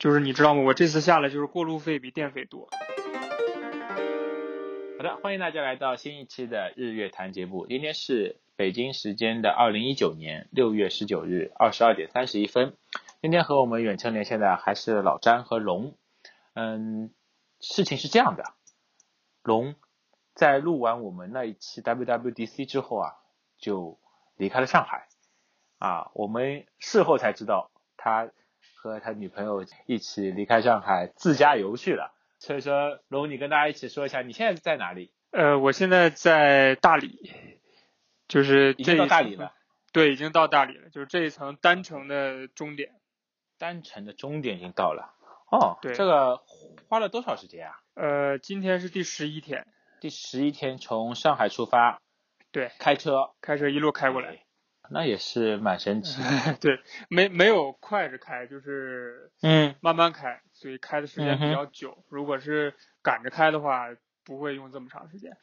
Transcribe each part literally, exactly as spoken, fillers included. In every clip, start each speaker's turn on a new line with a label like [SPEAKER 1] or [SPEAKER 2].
[SPEAKER 1] 就是你知道吗？我这次下来就是过路费比电费多。
[SPEAKER 2] 好的，欢迎大家来到新一期的日月谈节目。今天是北京时间的二零一九年六月十九日二十二点三十一分。今天和我们远程连线的还是老詹和龙。嗯，事情是这样的，龙在录完我们那一期 W W D C 之后啊，就离开了上海。啊，我们事后才知道，他和他女朋友一起离开上海自驾游去了。所以说，龙，你跟大家一起说一下，你现在在哪里？
[SPEAKER 1] 呃，我现在在大理，就是
[SPEAKER 2] 已经到大理了。
[SPEAKER 1] 对，已经到大理了，就是这一层单程的终点。
[SPEAKER 2] 单程的终点已经到了。哦，
[SPEAKER 1] 对，
[SPEAKER 2] 这个花了多少时间啊？
[SPEAKER 1] 呃，今天是第十一天。
[SPEAKER 2] 第十一天从上海出发。
[SPEAKER 1] 对，
[SPEAKER 2] 开车，
[SPEAKER 1] 开车一路开过来。
[SPEAKER 2] 哎，那也是蛮神奇的。
[SPEAKER 1] 对，没没有快着开，就是
[SPEAKER 2] 嗯
[SPEAKER 1] 慢慢开，所以开的时间比较久。嗯、如果是赶着开的话，不会用这么长时间。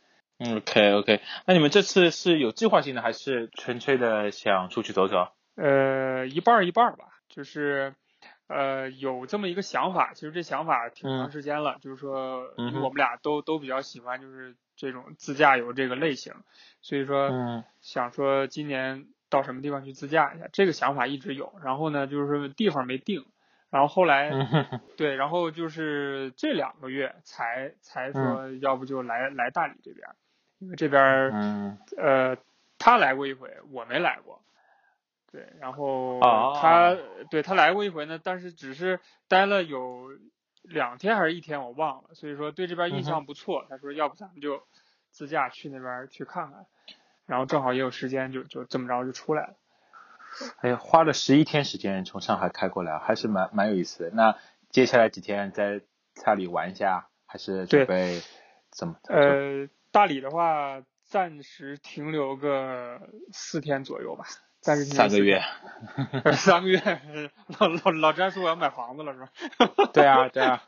[SPEAKER 2] OK OK， 那你们这次是有计划性的，还是纯粹的想出去走走？
[SPEAKER 1] 呃，一半一半吧，就是呃有这么一个想法，其实这想法挺长时间了，嗯、就是说，因为我们俩都都比较喜欢就是这种自驾游这个类型，所以说，
[SPEAKER 2] 嗯，
[SPEAKER 1] 想说今年到什么地方去自驾一下，这个想法一直有。然后呢，就是说地方没定，然后后来，
[SPEAKER 2] 嗯、
[SPEAKER 1] 对，然后就是这两个月才才说，要不就来、嗯、来大理这边，因为这边，
[SPEAKER 2] 嗯，
[SPEAKER 1] 呃，他来过一回，我没来过。对，然后他、哦、对他来过一回呢，但是只是待了有两天还是一天，我忘了。所以说对这边印象不错。嗯、他说要不咱们就自驾去那边去看看，然后正好也有时间就，就就这么着就出来了。
[SPEAKER 2] 哎，花了十一天时间从上海开过来，还是蛮蛮有意思的。那接下来几天在大理玩一下，还是准备怎么？
[SPEAKER 1] 呃，大理的话，暂时停留个四天左右吧。暂时停留
[SPEAKER 2] 三个月，
[SPEAKER 1] 三个月。老老老詹说我要买房子了，是吧？
[SPEAKER 2] 对啊，对啊。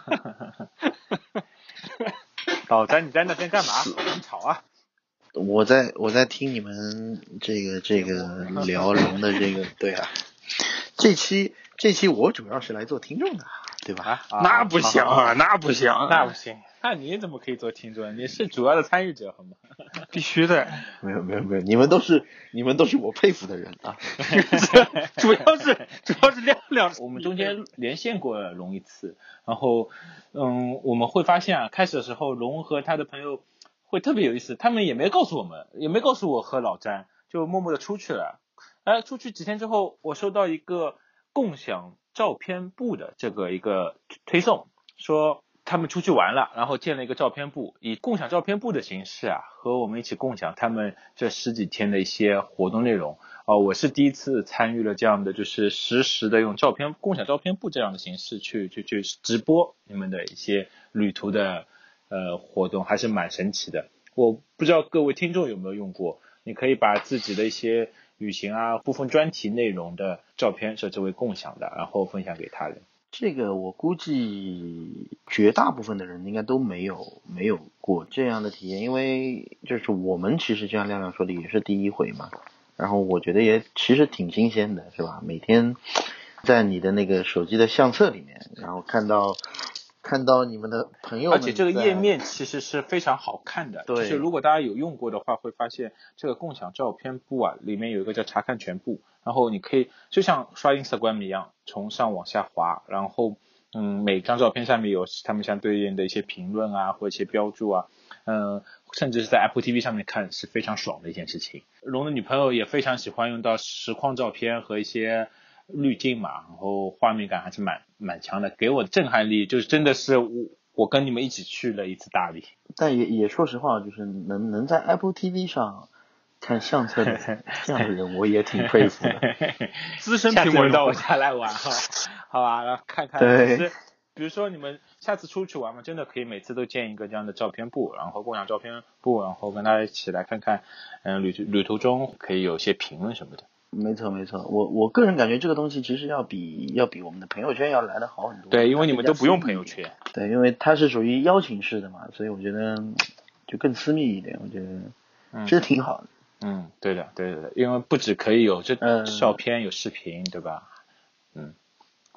[SPEAKER 2] 老詹，你在那边干嘛？很吵啊！
[SPEAKER 3] 我在我在听你们这个这个聊龙的这个，对啊，这期这期我主要是来做听众的，对吧？
[SPEAKER 1] 啊、那不行啊，那不行，
[SPEAKER 2] 那不行。那你怎么可以做听众？你是主要的参与者，好吗？
[SPEAKER 1] 必须的。
[SPEAKER 3] 没有没有没有，你们都是你们都是我佩服的人啊。
[SPEAKER 1] 主要是主要是亮亮，
[SPEAKER 2] 我们中间连线过龙一次，然后嗯，我们会发现啊，开始的时候龙和他的朋友会特别有意思，他们也没告诉我们，也没告诉我和老詹，就默默的出去了。哎，出去几天之后，我收到一个共享照片簿的这个一个推送，说他们出去玩了，然后建了一个照片簿，以共享照片簿的形式啊，和我们一起共享他们这十几天的一些活动内容。哦、呃，我是第一次参与了这样的，就是实时的用照片共享照片簿这样的形式去去去直播你们的一些旅途的呃活动，还是蛮神奇的。我不知道各位听众有没有用过，你可以把自己的一些旅行啊部分专题内容的照片设置为共享的，然后分享给他人。
[SPEAKER 3] 这个我估计绝大部分的人应该都没有没有过这样的体验，因为就是我们其实就像亮亮说的也是第一回嘛，然后我觉得也其实挺新鲜的，是吧？每天在你的那个手机的相册里面，然后看到看到你们的朋友们，
[SPEAKER 2] 而且这个页面其实是非常好看的。
[SPEAKER 3] 对，
[SPEAKER 2] 就是如果大家有用过的话，会发现这个共享照片簿啊，里面有一个叫查看全部，然后你可以就像刷 Instagram 一样，从上往下滑，然后嗯，每张照片下面有他们相对应的一些评论啊，或者一些标注啊，嗯，甚至是在 Apple T V 上面看是非常爽的一件事情。龙的女朋友也非常喜欢用到实况照片和一些滤镜嘛，然后画面感还是蛮蛮强的，给我的震撼力就是真的是我我跟你们一起去了一次大理。
[SPEAKER 3] 但也也说实话，就是能能在 Apple T V 上看相册的这样的人，我也挺佩服的。
[SPEAKER 1] 资深苹果
[SPEAKER 2] 到我家来玩哈，好吧，然后看看。
[SPEAKER 3] 对。
[SPEAKER 2] 比如说你们下次出去玩嘛，真的可以每次都建一个这样的照片簿，然后共享照片簿，然后跟大家一起来看看，嗯，旅旅途中可以有一些评论什么的。
[SPEAKER 3] 没错没错，我我个人感觉这个东西其实要比要比我们的朋友圈要来的好很多。
[SPEAKER 2] 对，因为你们都不用朋友圈。
[SPEAKER 3] 对，因为它是属于邀请式的嘛，所以我觉得就更私密一点，我觉得这挺好的。
[SPEAKER 2] 嗯，对的对的，因为不只可以有这照片、呃、有视频，对吧？嗯。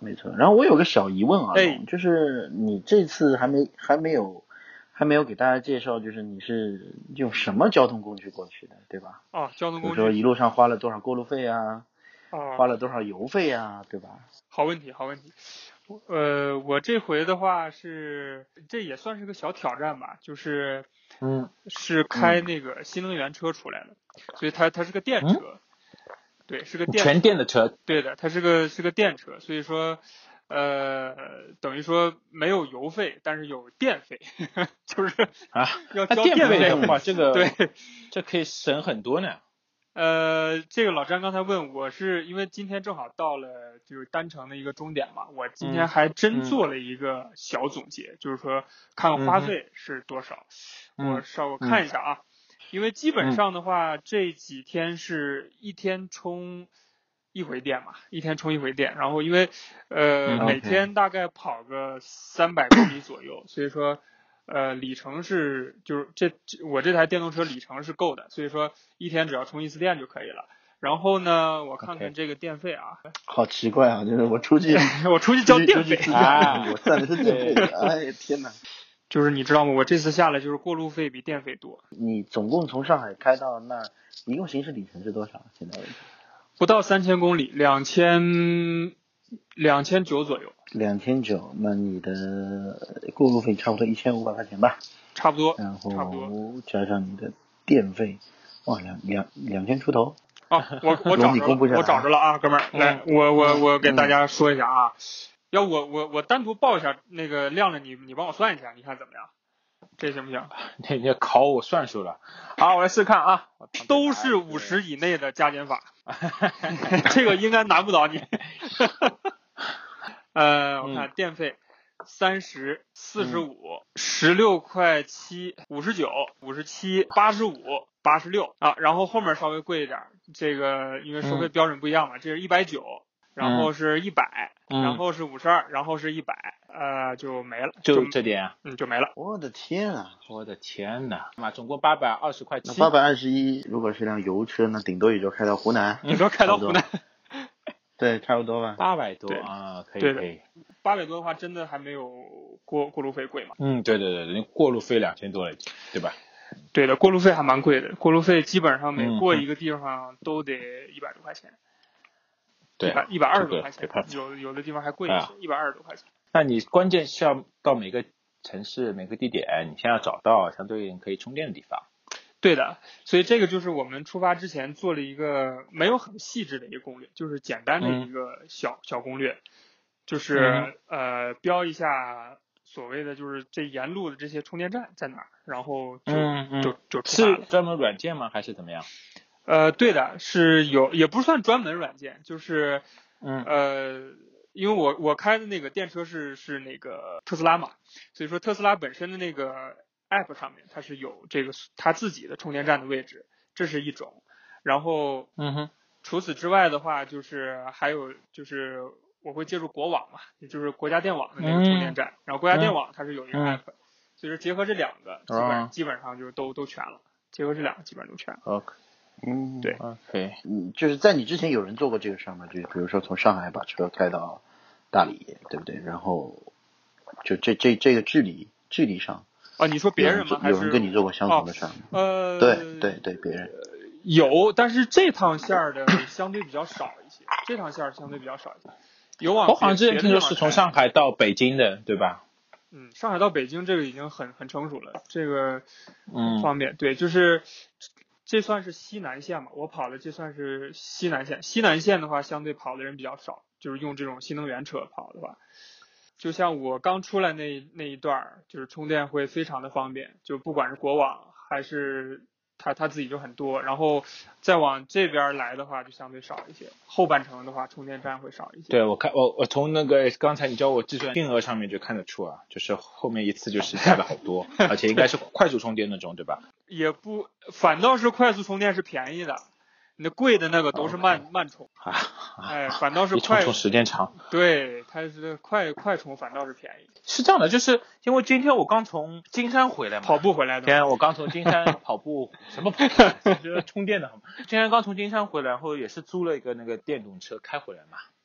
[SPEAKER 3] 没错。然后我有个小疑问啊，
[SPEAKER 1] 哎，
[SPEAKER 3] 就是你这次还没还没有还没有给大家介绍，就是你是用什么交通工具过去的，对吧？
[SPEAKER 1] 哦，交通工具，
[SPEAKER 3] 比如说一路上花了多少过路费啊？
[SPEAKER 1] 哦，
[SPEAKER 3] 花了多少油费啊，对吧？
[SPEAKER 1] 好问题，好问题。呃，我这回的话是，这也算是个小挑战吧，就是，
[SPEAKER 2] 嗯，
[SPEAKER 1] 是开那个新能源车出来了，嗯、所以它它是个电车，嗯、对，是个电
[SPEAKER 2] 全电的车，
[SPEAKER 1] 对的，它是个是个电车，所以说，呃，等于说没有油费，但是有电费，就是
[SPEAKER 2] 啊，
[SPEAKER 1] 要交电
[SPEAKER 2] 费的话，这个
[SPEAKER 1] 对，
[SPEAKER 2] 这可以省很多呢。
[SPEAKER 1] 呃，这个老张刚才问我是因为今天正好到了就是单程的一个终点嘛，我今天还真做了一个小总结，嗯、就是说看看花费是多少，
[SPEAKER 2] 嗯、
[SPEAKER 1] 我稍微看一下啊，嗯、因为基本上的话、嗯、这几天是一天充一回电嘛，一天充一回电，然后因为呃、嗯、每天大概跑个三百公里左右，所以说。呃，里程是就是这我这台电动车里程是够的，所以说一天只要充一次电就可以了。然后呢，我看看这个电费啊，
[SPEAKER 3] okay. 好奇怪啊，就是我出去
[SPEAKER 1] 我出去交电费
[SPEAKER 3] 啊，我算的是电费，哎呀天哪！
[SPEAKER 1] 就是你知道吗？我这次下来就是过路费比电费多。
[SPEAKER 3] 你总共从上海开到那儿，一共行驶里程是多少？现在
[SPEAKER 1] 不到三千公里，两千两千九左右。
[SPEAKER 3] 两千九，那你的过路费差不多一千五百块钱吧？
[SPEAKER 1] 差不多。
[SPEAKER 3] 然后
[SPEAKER 1] 差不多
[SPEAKER 3] 加上你的电费，哇，两两两千出头。
[SPEAKER 1] 哦，我我找着了，我找着了啊，哥们儿，嗯、来，我我我给大家说一下啊，嗯、要我我我单独报一下那个亮亮，你你帮我算一下，你看怎么样？这行不行？
[SPEAKER 2] 你你考我算数了。好，我来试试看啊。
[SPEAKER 1] 都是五十以内的加减法，这个应该难不倒你。呃，我看电费三十、四十五、十六块七、五十九、五十七、八十五、八十六啊，然后后面稍微贵一点，这个因为收费标准不一样嘛，嗯、这是一百九，然后是一百、嗯，然后是五十二，然后是一百，呃，就没了，
[SPEAKER 2] 就这点啊，
[SPEAKER 1] 嗯，就没了。
[SPEAKER 3] 我的天啊，
[SPEAKER 2] 我的天哪，那总共八百二十块七，
[SPEAKER 3] 八百二十一，如果是辆油车，那顶多也就开到湖南，
[SPEAKER 1] 顶多开到湖南。
[SPEAKER 3] 对，差不多吧。
[SPEAKER 2] 八百多啊，可以可以。
[SPEAKER 1] 八百多的话，真的还没有过过路费贵嘛？
[SPEAKER 2] 嗯，对对对，过路费两千多了，对吧？
[SPEAKER 1] 对的，过路费还蛮贵的，过路费基本上每过一个地方都得一百多块钱。
[SPEAKER 2] 对，
[SPEAKER 1] 一百一百二十多块钱，有有的地方还贵一些，一百二十多块钱。
[SPEAKER 2] 那你关键是要到每个城市每个地点，你先要找到相对应可以充电的地方。
[SPEAKER 1] 对的，所以这个就是我们出发之前做了一个没有很细致的一个攻略，就是简单的一个小、嗯、小攻略，就是、嗯、呃标一下所谓的就是这沿路的这些充电站在哪儿，然后就、
[SPEAKER 2] 嗯嗯、
[SPEAKER 1] 就就出发了。
[SPEAKER 2] 是专门软件吗？还是怎么样？
[SPEAKER 1] 呃，对的，是有，也不算专门软件，就是
[SPEAKER 2] 嗯
[SPEAKER 1] 呃，因为我我开的那个电车是是那个特斯拉嘛，所以说特斯拉本身的那个。App 上面它是有这个它自己的充电站的位置，这是一种。然后，
[SPEAKER 2] 嗯哼，
[SPEAKER 1] 除此之外的话，就是还有就是我会借助国网嘛，也就是国家电网的那个充电站。嗯、然后国家电网它是有一个 App，、嗯、所以说结合这两个，基本、哦、基本上就都都全了。结合这两个基本上都全了。
[SPEAKER 2] OK，
[SPEAKER 3] 嗯，
[SPEAKER 1] 对
[SPEAKER 2] ，OK，
[SPEAKER 3] 嗯，就是在你之前有人做过这个事儿吗？就是比如说从上海把车开到大理，对不对？然后就这这这个距离距离上。
[SPEAKER 1] 啊，你说别人吗？
[SPEAKER 3] 有人跟你做过相同的事儿吗？
[SPEAKER 1] 哦、呃，
[SPEAKER 3] 对对对，别人
[SPEAKER 1] 有，但是这趟线儿的相对比较少一些，这趟线儿相对比较少一些。有往
[SPEAKER 2] 我好像之前听说是从上海到北京的，对吧？
[SPEAKER 1] 嗯，上海到北京这个已经很很成熟了，这个
[SPEAKER 2] 嗯
[SPEAKER 1] 方面、嗯、对，就是这算是西南线嘛，我跑的这算是西南线。西南线的话，相对跑的人比较少，就是用这种新能源车跑的话。就像我刚出来那那一段，就是充电会非常的方便，就不管是国网还是它它自己就很多，然后再往这边来的话就相对少一些，后半程的话充电站会少一些。
[SPEAKER 2] 对，我看我我从那个刚才你教我计算金额上面就看得出啊，就是后面一次就是加了好多，而且应该是快速充电那种，对吧？
[SPEAKER 1] 也不，反倒是快速充电是便宜的。那贵的那个都是慢、okay. 慢充
[SPEAKER 2] 啊，
[SPEAKER 1] 哎，反倒是快
[SPEAKER 2] 充充时间长。
[SPEAKER 1] 对，它是快快充反倒是便宜。
[SPEAKER 2] 是这样的，就是因为今天我刚从金山回来嘛，
[SPEAKER 1] 跑步回来的。
[SPEAKER 2] 今天我刚从金山跑步，什么跑步？就是充电的。今天刚从金山回来，然后也是租了一个那个电动车开回来嘛。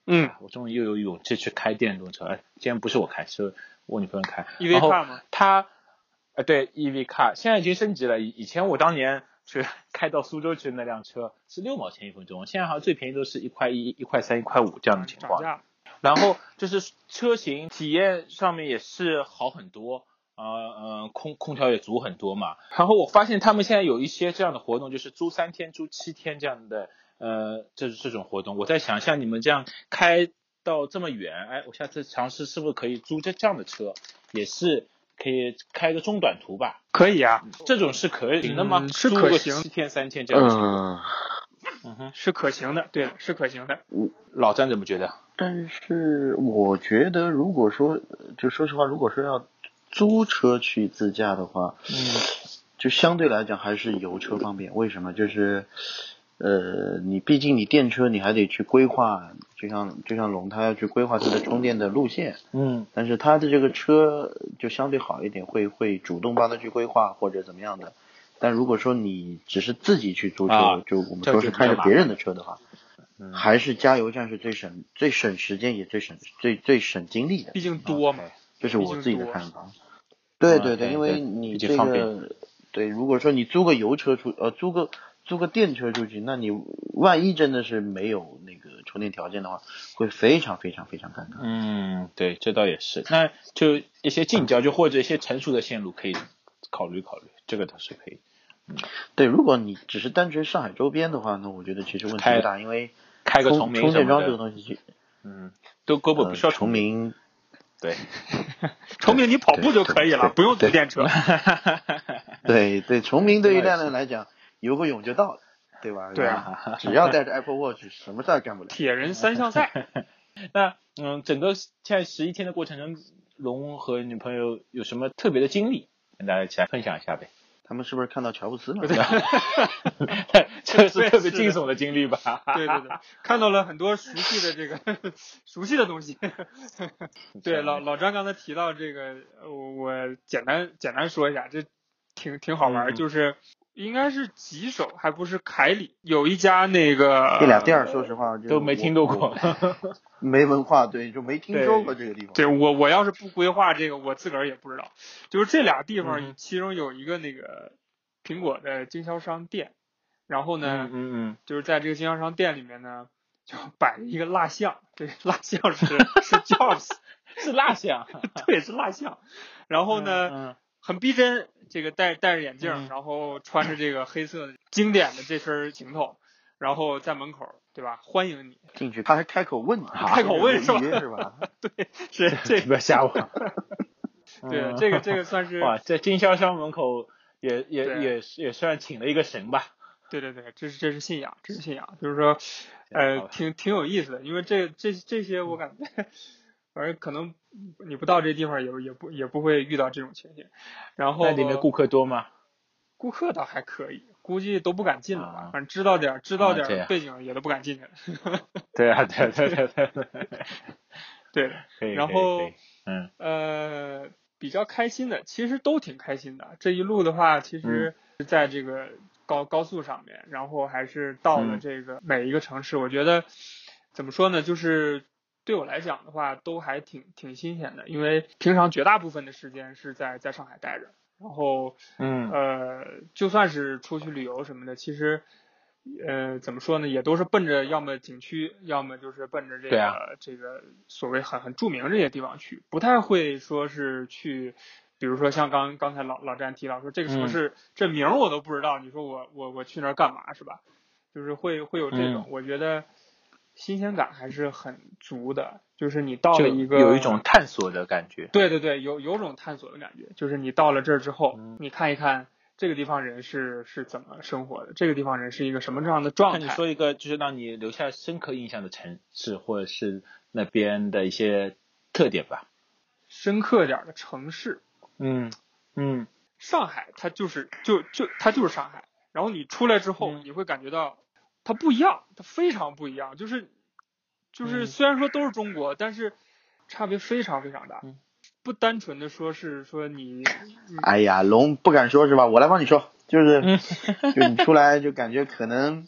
[SPEAKER 1] 嗯，
[SPEAKER 2] 我终于又有勇气去开电动车。哎，今天不是我开，是我女朋友开。
[SPEAKER 1] E V car 吗？
[SPEAKER 2] 她，呃，对 E V car， 现在已经升级了。以以前我当年去开到苏州去那辆车是六毛钱一分钟，现在好像最便宜都是一块一、一块三、一块五这样的情况。然后就是车型体验上面也是好很多。呃呃，空空调也足很多嘛。然后我发现他们现在有一些这样的活动，就是租三天、租七天这样的，呃，这这种活动。我在想，像你们这样开到这么远，哎，我下次尝试是不是可以租这这样的车，也是可以开个中短途吧？
[SPEAKER 1] 可以啊，
[SPEAKER 2] 这种是可行的吗？
[SPEAKER 1] 嗯、是可行，
[SPEAKER 2] 七天三天这样的情况。
[SPEAKER 3] 嗯
[SPEAKER 1] 嗯哼，是可行的，对，是可行的。
[SPEAKER 2] 老詹怎么觉得？
[SPEAKER 3] 但是我觉得，如果说，就说实话，如果说要租车去自驾的话，
[SPEAKER 2] 嗯，
[SPEAKER 3] 就相对来讲还是油车方便。为什么？就是呃，你毕竟你电车你还得去规划，就像就像龙他要去规划它的充电的路线，
[SPEAKER 2] 嗯，
[SPEAKER 3] 但是他的这个车就相对好一点，会会主动帮他去规划或者怎么样的。但如果说你只是自己去租车，
[SPEAKER 2] 啊、
[SPEAKER 3] 就我们说是开着别人的车的话，
[SPEAKER 2] 嗯、
[SPEAKER 3] 还是加油站是最省最省时间也最省最最省精力的。
[SPEAKER 1] 毕竟多嘛。
[SPEAKER 3] 这是我自己的看法。对对对，因为你这个对，如果说你租个油车出呃租个租个电车出去，那你万一真的是没有那个充电条件的话，会非常非常非常尴尬。
[SPEAKER 2] 嗯，对，这倒也是。那就一些近郊就或者一些成熟的线路可以考虑考虑，这个倒是可以。嗯，
[SPEAKER 3] 对，如果你只是单纯上海周边的话，那我觉得其实问题不大，因为
[SPEAKER 2] 开个崇明
[SPEAKER 3] 充电桩这个东西，
[SPEAKER 2] 嗯，都胳膊不需要
[SPEAKER 3] 崇明。
[SPEAKER 2] 对，
[SPEAKER 1] 崇明你跑步就可以了，不用租电车。
[SPEAKER 3] 对对，崇明对于亮亮来讲，游个泳就到了，对吧？
[SPEAKER 1] 对啊，
[SPEAKER 3] 只要带着 Apple Watch， 什么事儿干不了。
[SPEAKER 1] 铁人三项赛。
[SPEAKER 2] 那嗯，整个现在十一天的过程中，龙和女朋友有什么特别的经历，跟大家一起来分享一下呗？
[SPEAKER 3] 他们是不是看到乔布斯了？
[SPEAKER 2] 这是特别惊悚的经历吧？
[SPEAKER 1] 对对对，看到了很多熟悉的这个熟悉的东西。对，老老张刚才提到这个，我简单简单说一下，这挺挺好玩，嗯、就是应该是吉手，还不是凯里，有一家那个
[SPEAKER 3] 这俩店儿，说实话
[SPEAKER 2] 都没听到过，
[SPEAKER 3] 没文化，对，就没听说过这个地方。
[SPEAKER 1] 对, 对我我要是不规划这个，我自个儿也不知道。就是这俩地方，嗯、其中有一个那个苹果的经销商店，然后呢，
[SPEAKER 2] 嗯嗯嗯，
[SPEAKER 1] 就是在这个经销商店里面呢，就摆了一个蜡像，这蜡像是是 Jobs，
[SPEAKER 2] 是蜡像，
[SPEAKER 1] 对，是蜡像。然后呢，
[SPEAKER 2] 嗯嗯、
[SPEAKER 1] 很逼真，这个戴戴着眼镜，
[SPEAKER 2] 嗯、
[SPEAKER 1] 然后穿着这个黑色的经典的这身行头，然后在门口，对吧？欢迎你
[SPEAKER 3] 进去，他还开口问你，
[SPEAKER 1] 开口问是吧？
[SPEAKER 3] 是吧？
[SPEAKER 1] 对，是这
[SPEAKER 2] 不要吓我。
[SPEAKER 1] 对，这个这个算是
[SPEAKER 2] 哇，在经销商门口也也也也算请了一个神吧。
[SPEAKER 1] 对对对，这是这是信仰，这是信仰，就是说，呃，挺挺有意思的，因为这这这些我感觉，反正可能你不到这地方也也不也不会遇到这种情形。然后
[SPEAKER 2] 那里面顾客多吗？
[SPEAKER 1] 顾客倒还可以，估计都不敢进了吧，啊、反正知道点知道点背景也都不敢进去了。
[SPEAKER 2] 对啊，对对对对
[SPEAKER 1] 对，
[SPEAKER 2] 对，
[SPEAKER 1] 然后
[SPEAKER 2] 嗯
[SPEAKER 1] 呃比较开心的，其实都挺开心的。这一路的话，其实在这个高、嗯、高速上面，然后还是到了这个每一个城市，嗯、我觉得怎么说呢，就是对我来讲的话，都还挺挺新鲜的，因为平常绝大部分的时间是在在上海待着。然后，
[SPEAKER 2] 嗯，
[SPEAKER 1] 呃，就算是出去旅游什么的，其实，呃，怎么说呢，也都是奔着要么景区，要么就是奔着这个、
[SPEAKER 2] 啊、
[SPEAKER 1] 这个所谓很很著名这些地方去，不太会说是去，比如说像刚刚才老老詹提到说这个城市、嗯、这名我都不知道，你说我我我去那儿干嘛是吧？就是会会有这种，
[SPEAKER 2] 嗯、
[SPEAKER 1] 我觉得新鲜感还是很足的。就是你到了一个
[SPEAKER 2] 有一种探索的感觉，
[SPEAKER 1] 对对对，有有种探索的感觉。就是你到了这儿之后，嗯、你看一看这个地方人是是怎么生活的，这个地方人是一个什么样的状态。
[SPEAKER 2] 那你说一个就是让你留下深刻印象的城市，或者是那边的一些特点吧。
[SPEAKER 1] 深刻点的城市，
[SPEAKER 2] 嗯嗯，
[SPEAKER 1] 上海它就是就就它就是上海，然后你出来之后，嗯、你会感觉到它不一样，它非常不一样，就是。就是虽然说都是中国，嗯、但是差别非常非常大，
[SPEAKER 2] 嗯、
[SPEAKER 1] 不单纯的说是说你，
[SPEAKER 3] 哎呀，龙不敢说是吧？我来帮你说，就是，嗯、就你出来就感觉可能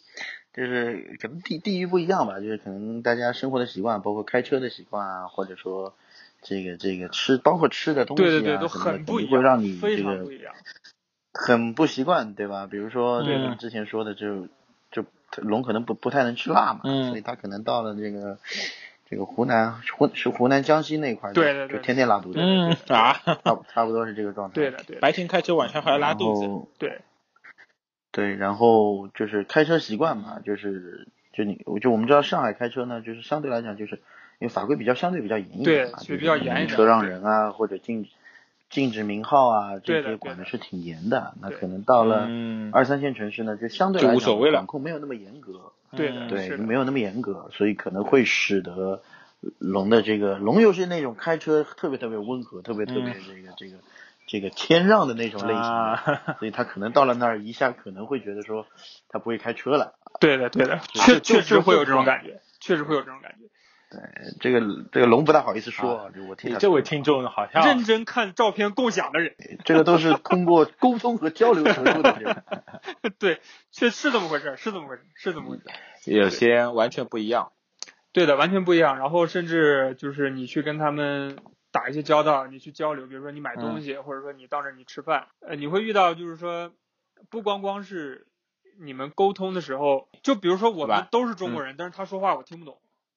[SPEAKER 3] 就是可能地地域不一样吧，就是可能大家生活的习惯，包括开车的习惯啊，或者说这个这个吃，包括吃的东西啊，
[SPEAKER 1] 对对对，都很不一样，
[SPEAKER 3] 会让你
[SPEAKER 1] 非
[SPEAKER 3] 这个
[SPEAKER 1] 常不一样，
[SPEAKER 3] 很不习惯，对吧？比如说
[SPEAKER 2] 对
[SPEAKER 3] 就是之前说的就，就就龙可能不不太能吃辣嘛，
[SPEAKER 2] 嗯，
[SPEAKER 3] 所以他可能到了这个这个湖南湖是湖南江西那块，
[SPEAKER 1] 对对对，
[SPEAKER 3] 就天天拉肚子，
[SPEAKER 2] 嗯啊，
[SPEAKER 3] 差差不多是这个状态。
[SPEAKER 1] 对的对的，
[SPEAKER 2] 白天开车，晚上还要拉肚子，
[SPEAKER 1] 对。
[SPEAKER 3] 对，然后就是开车习惯嘛，就是就你就我们知道上海开车呢，就是相对来讲就是因为法规比较相对比较严一点嘛，
[SPEAKER 1] 对，比较严一点，
[SPEAKER 3] 车让人啊或者禁禁止名号啊这些管的是挺严的，那可能到了二三线城市呢，就相对来讲管控没有那么严格，
[SPEAKER 1] 对的，
[SPEAKER 3] 对，没有那么严格，所以可能会使得龙的这个龙又是那种开车特别特别温和，特别特别这个、嗯、这个。这个谦让的那种类型的、啊，所以他可能到了那儿一下可能会觉得说他不会开车了。
[SPEAKER 1] 对的，对的，确确实会有这种感觉，确实会有这种感觉。
[SPEAKER 3] 对，这个这个龙不大好意思说，
[SPEAKER 2] 啊、
[SPEAKER 3] 就我替他。
[SPEAKER 2] 你这位听众好像
[SPEAKER 1] 认真看照片共享的人，
[SPEAKER 3] 这个都是通过沟通和交流成熟的人。
[SPEAKER 1] 对，确是这么回事，是这么回事，是这么回事。
[SPEAKER 2] 有些完全不一样。
[SPEAKER 1] 对的，完全不一样。然后甚至就是你去跟他们打一些交道，你去交流，比如说你买东西，嗯、或者说你到这你吃饭，呃，你会遇到就是说，不光光是你们沟通的时候，就比如说我们都是中国人，嗯、但是他说话我听不懂。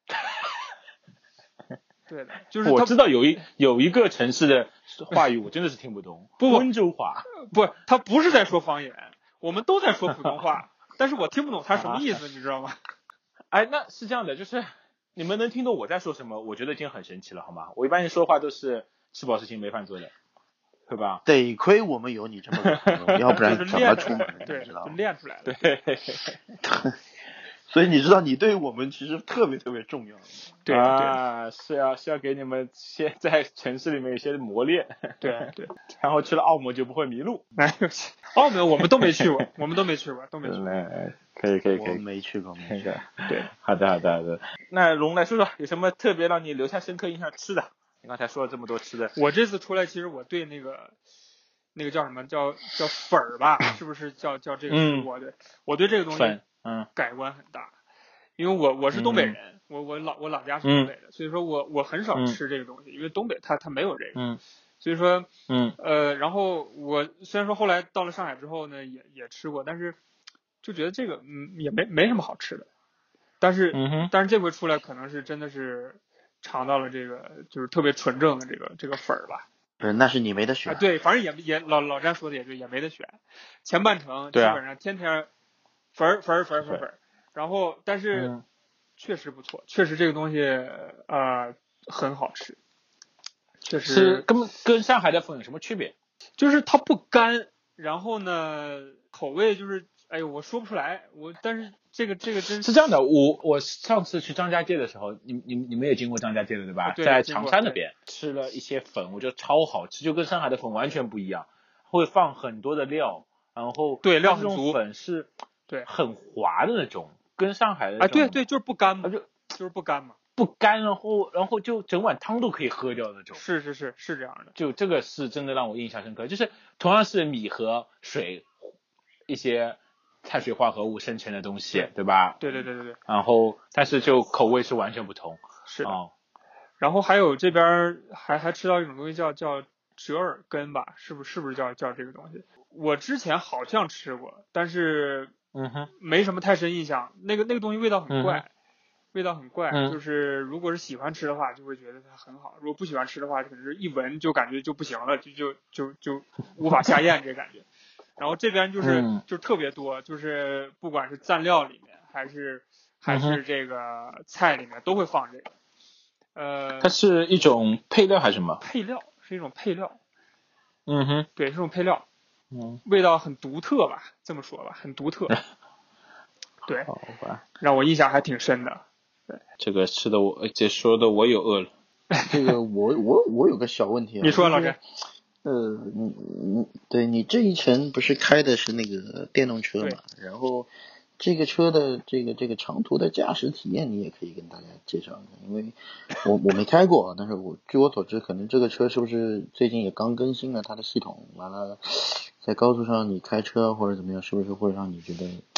[SPEAKER 1] 对的，就是
[SPEAKER 2] 我知道有一有一个城市的话语我真的是听不懂，
[SPEAKER 1] 不
[SPEAKER 2] 温州话，
[SPEAKER 1] 不，他不是在说方言，我们都在说普通话，但是我听不懂他什么意思，你知道吗？
[SPEAKER 2] 哎，那是这样的，就是。你们能听懂我在说什么，我觉得已经很神奇了，好吗？我一般人说话都是吃饱事情没饭做的，对吧？
[SPEAKER 3] 得亏我们有你这么个朋友，要不然怎么出门？
[SPEAKER 1] 对，
[SPEAKER 3] 你知道吗？
[SPEAKER 1] 就练出来了。
[SPEAKER 2] 对，
[SPEAKER 3] 所以你知道，你对我们其实特别特别重要。
[SPEAKER 1] 对
[SPEAKER 2] 啊，是要是要给你们先在城市里面有些磨练。
[SPEAKER 1] 对对，
[SPEAKER 2] 然后去了澳门就不会迷路。
[SPEAKER 1] 哎呦，澳门我们都没去过，我们都没去过，都没去过。
[SPEAKER 2] 可以可以可以，
[SPEAKER 3] 我没去过，没去过。
[SPEAKER 2] 对，好的好的好的。那龙来说说，有什么特别让你留下深刻印象吃的？你刚才说了这么多吃的。
[SPEAKER 1] 我这次出来，其实我对那个那个叫什么叫叫粉儿吧，是不是叫叫这个食物？对、嗯，我对这个东西
[SPEAKER 2] 嗯
[SPEAKER 1] 改观很大，因为我我是东北人，嗯、我我老我老家是东北的，嗯、所以说我我很少吃这个东西，嗯、因为东北它它没有这个。
[SPEAKER 2] 嗯。
[SPEAKER 1] 所以说，
[SPEAKER 2] 嗯
[SPEAKER 1] 呃，然后我虽然说后来到了上海之后呢，也也吃过，但是就觉得这个嗯也没没什么好吃的，但是、
[SPEAKER 2] 嗯、
[SPEAKER 1] 但是这回出来可能是真的是尝到了这个就是特别纯正的这个这个粉儿吧。
[SPEAKER 3] 不是，那是你没得选。
[SPEAKER 1] 啊、对，反正也也老老詹说的也对，也没得选。前半程基本上天天粉儿粉儿粉儿粉儿粉儿，然后但是、嗯、确实不错，确实这个东西呃很好吃。确实
[SPEAKER 2] 是跟跟上海的粉有什么区别？
[SPEAKER 1] 就是它不干，然后呢，口味就是，哎呦，我说不出来，我但是这个这个真
[SPEAKER 2] 是这样的，我我上次去张家界的时候，你你你们也经过张家界的对吧？
[SPEAKER 1] 对，
[SPEAKER 2] 在长沙那边吃了一些粉，我觉得超好吃，就跟上海的粉完全不一样，会放很多的料，然后
[SPEAKER 1] 对料很足，
[SPEAKER 2] 粉是
[SPEAKER 1] 对
[SPEAKER 2] 很滑的那种，跟上海的
[SPEAKER 1] 啊对对就是不干嘛，就就是不干嘛。
[SPEAKER 2] 不干，然后然后就整碗汤都可以喝掉的那种。
[SPEAKER 1] 是是是是这样的，
[SPEAKER 2] 就这个是真的让我印象深刻。就是同样是米和水，一些碳水化合物生成的东西， 对, 对吧？
[SPEAKER 1] 对对对对对。
[SPEAKER 2] 然后但是就口味是完全不同。
[SPEAKER 1] 是的。
[SPEAKER 2] 哦、
[SPEAKER 1] 然后还有这边还还吃到一种东西叫叫折耳根吧？是不是是不是叫叫这个东西？我之前好像吃过，但是
[SPEAKER 2] 嗯哼
[SPEAKER 1] 没什么太深印象。那个那个东西味道很怪。
[SPEAKER 2] 嗯
[SPEAKER 1] 味道很怪、
[SPEAKER 2] 嗯，
[SPEAKER 1] 就是如果是喜欢吃的话，就会觉得它很好；如果不喜欢吃的话，可能是一闻就感觉就不行了，就就就就无法下咽这个感觉。然后这边就是、
[SPEAKER 2] 嗯、
[SPEAKER 1] 就特别多，就是不管是蘸料里面还是还是这个菜里面都会放这个。呃，
[SPEAKER 2] 它是一种配料还是什么？
[SPEAKER 1] 配料是一种配料。
[SPEAKER 2] 嗯哼，
[SPEAKER 1] 对，是种配料。
[SPEAKER 2] 嗯，
[SPEAKER 1] 味道很独特吧，这么说吧，很独特。对，
[SPEAKER 2] 好吧，
[SPEAKER 1] 让我印象还挺深的。对，
[SPEAKER 2] 这个吃的我这说的我有饿了。
[SPEAKER 3] 这个我我我有个小问题啊，
[SPEAKER 1] 你说老詹。
[SPEAKER 3] 呃，你你对你这一程不是开的是那个电动车嘛？然后这个车的这个这个长途的驾驶体验，你也可以跟大家介绍一下，因为我我没开过，但是我据我所知，可能这个车是不是最近也刚更新了它的系统，完了在高速上你开车或者怎么样，是不是会让你觉得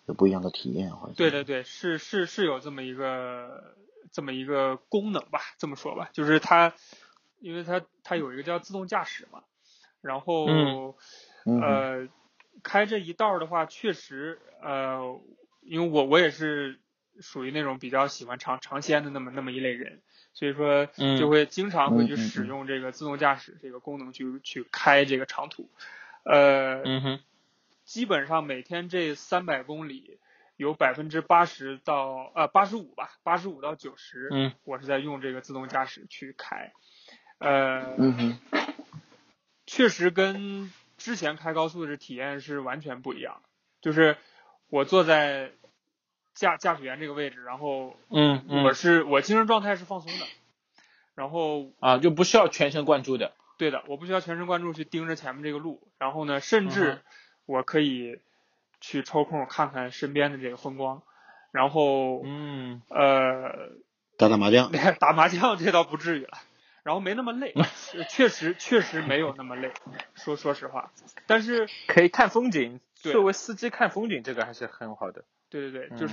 [SPEAKER 3] 有不一样的体验，或者
[SPEAKER 1] 对对对，是是是有这么一个这么一个功能吧，这么说吧，就是它，因为它它有一个叫自动驾驶嘛，然后、
[SPEAKER 2] 嗯、
[SPEAKER 1] 呃开这一道的话，确实呃，因为我我也是属于那种比较喜欢尝尝鲜的那么那么一类人，所以说就会经常会去使用这个自动驾驶这个功能去、嗯、去开这个长途，呃，
[SPEAKER 2] 嗯哼。
[SPEAKER 1] 基本上每天这三百公里有百分之八十到呃八十五吧，八十五到九十，
[SPEAKER 2] 嗯，
[SPEAKER 1] 我是在用这个自动驾驶去开，呃，
[SPEAKER 3] 嗯哼，
[SPEAKER 1] 确实跟之前开高速的体验是完全不一样，就是我坐在驾驾驶员这个位置，然后
[SPEAKER 2] 嗯嗯，
[SPEAKER 1] 我是我精神状态是放松的，然后
[SPEAKER 2] 啊就不需要全神贯注的，
[SPEAKER 1] 对的，我不需要全神贯注去盯着前面这个路，然后呢，甚至我可以去抽空看看身边的这个风光，然后
[SPEAKER 2] 嗯
[SPEAKER 1] 呃
[SPEAKER 3] 打打麻将，
[SPEAKER 1] 打麻将这倒不至于了，然后没那么累，确实确实没有那么累，说说实话，但是
[SPEAKER 2] 可以看风景，作为司机看风景这个还是很好的。
[SPEAKER 1] 对对对，就是、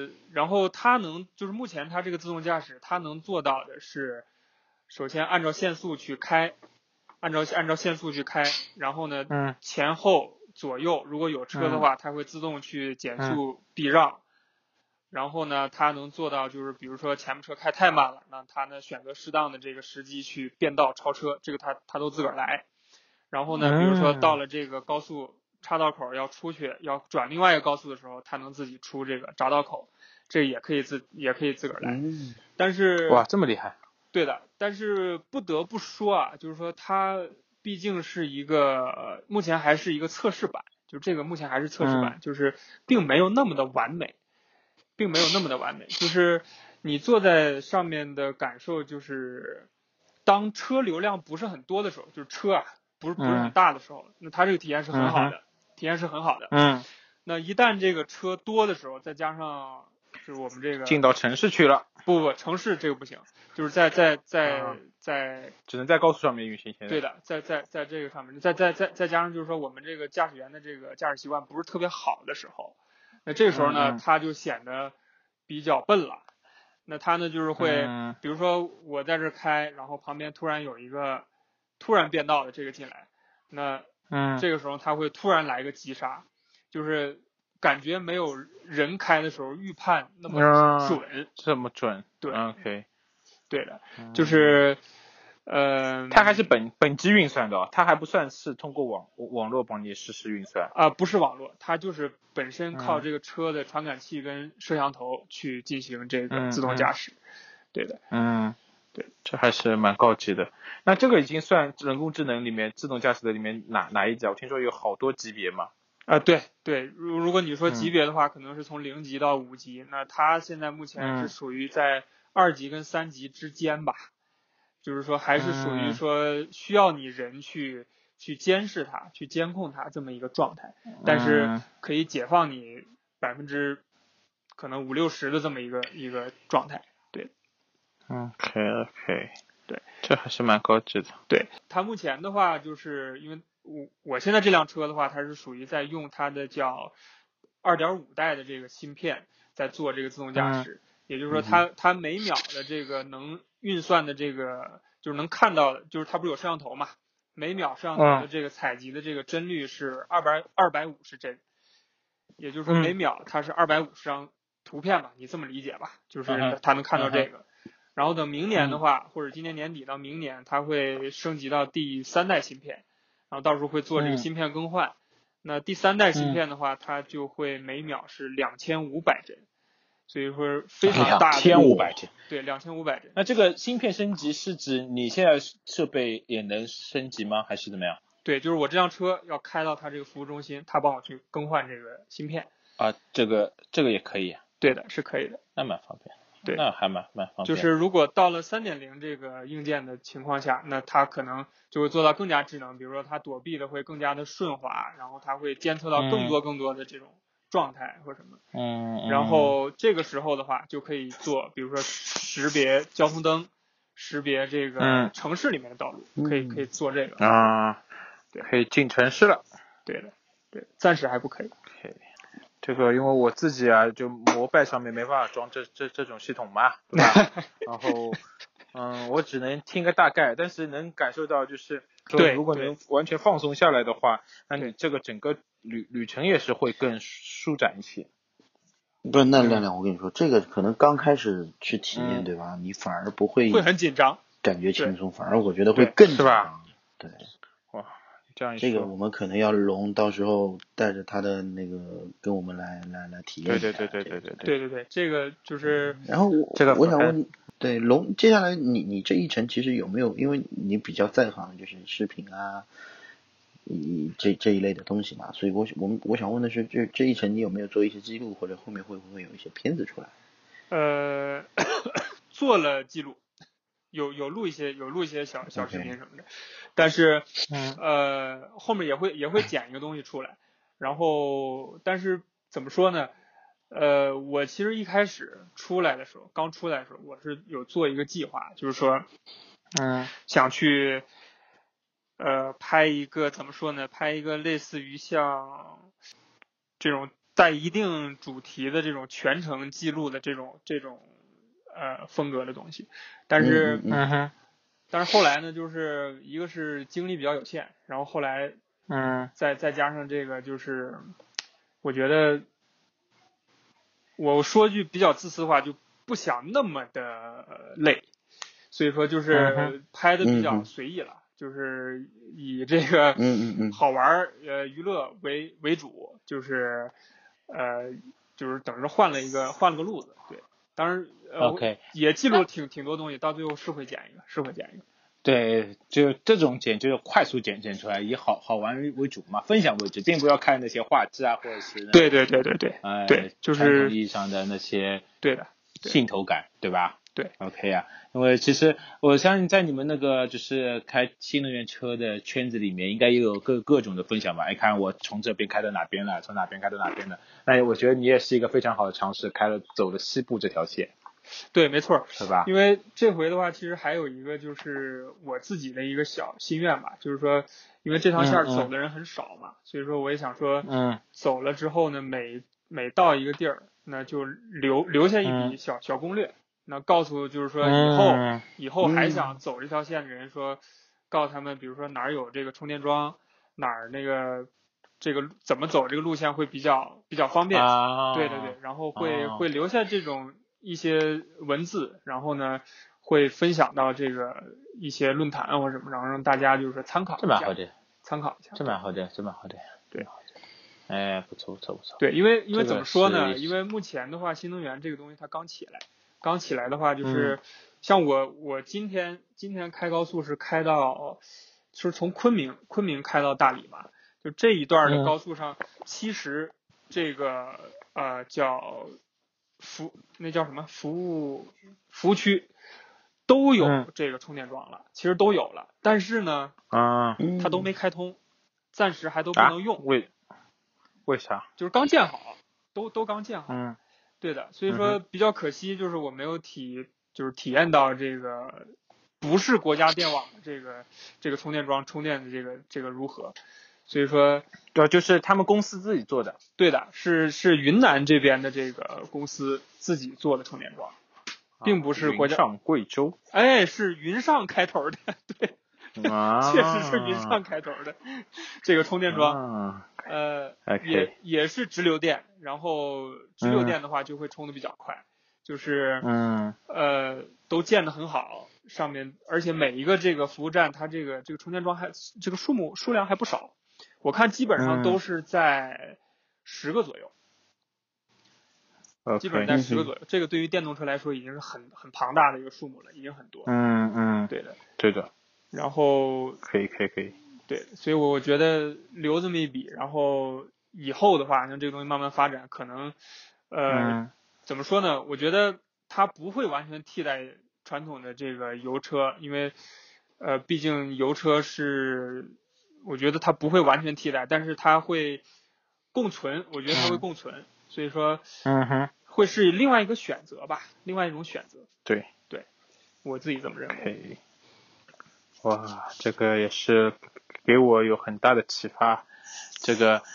[SPEAKER 1] 嗯、然后它能就是目前它这个自动驾驶它能做到的是，首先按照限速去开。按照按照限速去开，然后呢，
[SPEAKER 2] 嗯，
[SPEAKER 1] 前后左右如果有车的话，它会自动去减速避让，
[SPEAKER 2] 嗯、
[SPEAKER 1] 然后呢，它能做到就是比如说前面车开太慢了，那它呢选择适当的这个时机去变道超车，这个它它都自个儿来。然后呢，比如说到了这个高速岔道口要出去要转另外一个高速的时候，它能自己出这个匝道口，这也可以自也可以自个儿来。
[SPEAKER 3] 嗯，
[SPEAKER 1] 但是
[SPEAKER 2] 哇，这么厉害。
[SPEAKER 1] 对的，但是不得不说啊，就是说它毕竟是一个、呃、目前还是一个测试版，就这个目前还是测试版、
[SPEAKER 2] 嗯，
[SPEAKER 1] 就是并没有那么的完美，并没有那么的完美。就是你坐在上面的感受，就是当车流量不是很多的时候，就是车啊不是不是很大的时候，
[SPEAKER 2] 嗯、
[SPEAKER 1] 那它这个体验是很好的，
[SPEAKER 2] 嗯、
[SPEAKER 1] 体验是很好的。
[SPEAKER 2] 嗯，
[SPEAKER 1] 那一旦这个车多的时候，再加上就是我们这个
[SPEAKER 2] 进到城市去了。
[SPEAKER 1] 不不，城市这个不行，就是在在在、
[SPEAKER 2] 啊、
[SPEAKER 1] 在
[SPEAKER 2] 只能在高速上面运行。现在
[SPEAKER 1] 对的，在在在这个上面，再再再再加上就是说我们这个驾驶员的这个驾驶习惯不是特别好的时候，那这个时候呢，
[SPEAKER 2] 嗯嗯、
[SPEAKER 1] 他就显得比较笨了。那他呢就是会、
[SPEAKER 2] 嗯，
[SPEAKER 1] 比如说我在这开，然后旁边突然有一个突然变道的这个进来，那
[SPEAKER 2] 嗯，
[SPEAKER 1] 这个时候他会突然来个急刹，就是感觉没有人开的时候预判那么准，
[SPEAKER 2] 嗯、这么准。
[SPEAKER 1] 对
[SPEAKER 2] ，OK，
[SPEAKER 1] 对的，就是，呃，
[SPEAKER 2] 它还是本本机运算的、哦，它还不算是通过网网络帮你实时运算
[SPEAKER 1] 啊、呃，不是网络，它就是本身靠这个车的传感器跟摄像头去进行这个自动驾驶，
[SPEAKER 2] 嗯、
[SPEAKER 1] 对的，
[SPEAKER 2] 嗯，
[SPEAKER 1] 对，
[SPEAKER 2] 这还是蛮高级的。那这个已经算人工智能里面自动驾驶的里面哪哪一级？我听说有好多级别嘛。
[SPEAKER 1] 啊、呃，对对，如如果你说级别的话，嗯、可能是从零级到五级，那它现在目前是属于在二级跟三级之间吧，就是说还是属于说需要你人去、嗯、去监视它、去监控它这么一个状态，但是可以解放你百分之可能五六十的这么一个一个状态，对。
[SPEAKER 2] OK OK，
[SPEAKER 1] 对，
[SPEAKER 2] 这还是蛮高级的。
[SPEAKER 1] 对，它目前的话，就是因为我我现在这辆车的话，它是属于在用它的叫二点五代的这个芯片在做这个自动驾驶，
[SPEAKER 2] 嗯、
[SPEAKER 1] 也就是说它，它它每秒的这个能运算的这个就是能看到的，就是它不是有摄像头嘛，每秒摄像头的这个采集的这个帧率是二百二百五十帧，也就是说每秒它是二百五十张图片吧，你这么理解吧，就是它能看到这个。嗯然后等明年的话，
[SPEAKER 2] 嗯、
[SPEAKER 1] 或者今年年底到明年，它会升级到第三代芯片，然后到时候会做这个芯片更换。嗯、那第三代芯片的话，嗯、它就会每秒是两千五百帧，所以说非常大的。
[SPEAKER 2] 两千五百帧。
[SPEAKER 1] 对，两千五百帧。
[SPEAKER 2] 那这个芯片升级是指你现在设备也能升级吗？还是怎么样？
[SPEAKER 1] 对，就是我这辆车要开到它这个服务中心，它帮我去更换这个芯片。
[SPEAKER 2] 啊，这个这个也可以。
[SPEAKER 1] 对的，是可以的。
[SPEAKER 2] 那蛮方便。
[SPEAKER 1] 对，
[SPEAKER 2] 那还蛮蛮方便。
[SPEAKER 1] 就是如果到了 三点零 这个硬件的情况下，那它可能就会做到更加智能，比如说它躲避的会更加的顺滑，然后它会监测到更多更多的这种状态或什么。
[SPEAKER 2] 嗯。
[SPEAKER 1] 然后这个时候的话，就可以做，比如说识别交通灯，识别这个城市里面的道路，
[SPEAKER 2] 嗯、
[SPEAKER 1] 可以可以做这个。
[SPEAKER 2] 啊，
[SPEAKER 1] 对，
[SPEAKER 2] 可以进城市了。
[SPEAKER 1] 对的，对，暂时还不可以。
[SPEAKER 2] 可以。 这个因为我自己啊，就摩拜上面没办法装这这这种系统嘛，对吧？然后，嗯，我只能听个大概，但是能感受到就是说，如果能完全放松下来的话，那你这个整个旅旅程也是会更舒展一些。
[SPEAKER 3] 不是，那亮亮，我跟你说，这个可能刚开始去体验，
[SPEAKER 2] 嗯、
[SPEAKER 3] 对吧？你反而不会
[SPEAKER 1] 会很紧张，
[SPEAKER 3] 感觉轻松，反而我觉得会更紧张。对，
[SPEAKER 2] 哇，这样一
[SPEAKER 3] 说，这个我们可能要龙到时候带着他的那个跟我们来来来体验一下。
[SPEAKER 2] 对对对对对对
[SPEAKER 1] 对对对，这个就是。
[SPEAKER 3] 然后我
[SPEAKER 2] 这个
[SPEAKER 3] 我想问，对龙，接下来你你这一程其实有没有，因为你比较在行，就是视频啊。以这这一类的东西嘛，所以我我们我想问的是，这这一程你有没有做一些记录，或者后面会不会有一些片子出来？
[SPEAKER 1] 呃，做了记录，有有录一些有录一些小小视频什么的， okay. 但是呃后面也会也会剪一个东西出来，然后但是怎么说呢？呃，我其实一开始出来的时候，刚出来的时候，我是有做一个计划，就是说，嗯，想去。呃，拍一个怎么说呢？拍一个类似于像这种带一定主题的这种全程记录的这种这种呃风格的东西，但是
[SPEAKER 3] 嗯哼，
[SPEAKER 1] 但是后来呢，就是一个是精力比较有限，然后后来
[SPEAKER 2] 嗯，
[SPEAKER 1] 再再加上这个，就是我觉得我说句比较自私的话，就不想那么的累，所以说就是拍的比较随意了。嗯，就是以这个好玩呃娱乐为为主，就是呃就是等着换了一个换了个路子，对，当然呃、
[SPEAKER 2] okay.
[SPEAKER 1] 也记录挺挺多东西，到最后是会剪一个，是会剪一个。
[SPEAKER 2] 对，就这种剪就是快速剪剪出来，以好好玩为主嘛，分享为主，并不要看那些画质啊，或者是
[SPEAKER 1] 对对对对对，
[SPEAKER 2] 呃，
[SPEAKER 1] 对，就是
[SPEAKER 2] 传统意义上的那些
[SPEAKER 1] 对的
[SPEAKER 2] 镜头感，对吧？
[SPEAKER 1] 对
[SPEAKER 2] ，OK 啊，因为其实我相信在你们那个就是开新能源车的圈子里面，应该也有各各种的分享吧。哎，看我从这边开到哪边了，从哪边开到哪边了。那我觉得你也是一个非常好的尝试，开了走了西部这条线。
[SPEAKER 1] 对，没错，
[SPEAKER 2] 是吧？
[SPEAKER 1] 因为这回的话，其实还有一个就是我自己的一个小心愿吧，就是说，因为这条线走的人很少嘛，嗯嗯，所以说我也想说，
[SPEAKER 2] 嗯，
[SPEAKER 1] 走了之后呢，每每到一个地儿，那就留留下一笔小、嗯、小攻略。那告诉就是说以后、嗯、以后还想走这条线的人说，说告诉他们，比如说哪儿有这个充电桩，哪儿那个这个怎么走这个路线会比较比较方便。
[SPEAKER 2] 啊、
[SPEAKER 1] 对对对，然后会、
[SPEAKER 2] 啊、
[SPEAKER 1] 会留下这种一些文字，然后呢会分享到这个一些论坛或者什么，然后让大家就是说参考一下。
[SPEAKER 2] 这蛮好的，
[SPEAKER 1] 参考一下。
[SPEAKER 2] 这蛮好的，这蛮好的。
[SPEAKER 1] 对。
[SPEAKER 2] 哎，不错不错不错。
[SPEAKER 1] 对，因为因为怎么说呢？因为目前的话，新能源这个东西它刚起来。刚起来的话，就是、嗯、像我我今天今天开高速是开到，是从昆明昆明开到大理嘛，就这一段的高速上，其实这个呃叫服那叫什么服务服务区都有这个充电桩了，嗯、其实都有了，但是呢，
[SPEAKER 2] 啊，
[SPEAKER 1] 它都没开通，暂时还都不能用。
[SPEAKER 2] 啊、为为啥？
[SPEAKER 1] 就是刚建好，都都刚建好。
[SPEAKER 2] 嗯。
[SPEAKER 1] 对的，所以说比较可惜，就是我没有体，就是体验到这个不是国家电网的这个这个充电桩充电的这个这个如何，所以说，
[SPEAKER 2] 对，就是他们公司自己做的。
[SPEAKER 1] 对的，是是云南这边的这个公司自己做的充电桩，并不是国家。
[SPEAKER 2] 云上贵州。
[SPEAKER 1] 哎，是云上开头的，对。
[SPEAKER 2] 啊、
[SPEAKER 1] 确实是云上开头的这个充电桩，
[SPEAKER 2] 啊、
[SPEAKER 1] 呃，
[SPEAKER 2] okay.
[SPEAKER 1] 也也是直流电，然后直流电的话就会充的比较快，嗯、就是
[SPEAKER 2] 嗯
[SPEAKER 1] 呃都建得很好，上面而且每一个这个服务站它这个这个充电桩还这个数目数量还不少，我看基本上都是在十个左右。
[SPEAKER 2] 嗯、
[SPEAKER 1] 基本上在十个左右，
[SPEAKER 2] okay.
[SPEAKER 1] 这个对于电动车来说已经是很很庞大的一个数目了，已经很多。
[SPEAKER 2] 嗯嗯，
[SPEAKER 1] 对的，
[SPEAKER 2] 对的。
[SPEAKER 1] 然后
[SPEAKER 2] 可以可以可以，
[SPEAKER 1] 对，所以我觉得留这么一笔，然后以后的话，像这个东西慢慢发展，可能呃、
[SPEAKER 2] 嗯、
[SPEAKER 1] 怎么说呢？我觉得它不会完全替代传统的这个油车，因为呃，毕竟油车是，我觉得它不会完全替代，但是它会共存，我觉得它会共存，嗯、所以说，
[SPEAKER 2] 嗯哼，
[SPEAKER 1] 会是另外一个选择吧，另外一种选择。
[SPEAKER 2] 对
[SPEAKER 1] 对，我自己这么认为。
[SPEAKER 2] 哇，这个也是给我有很大的启发。这个，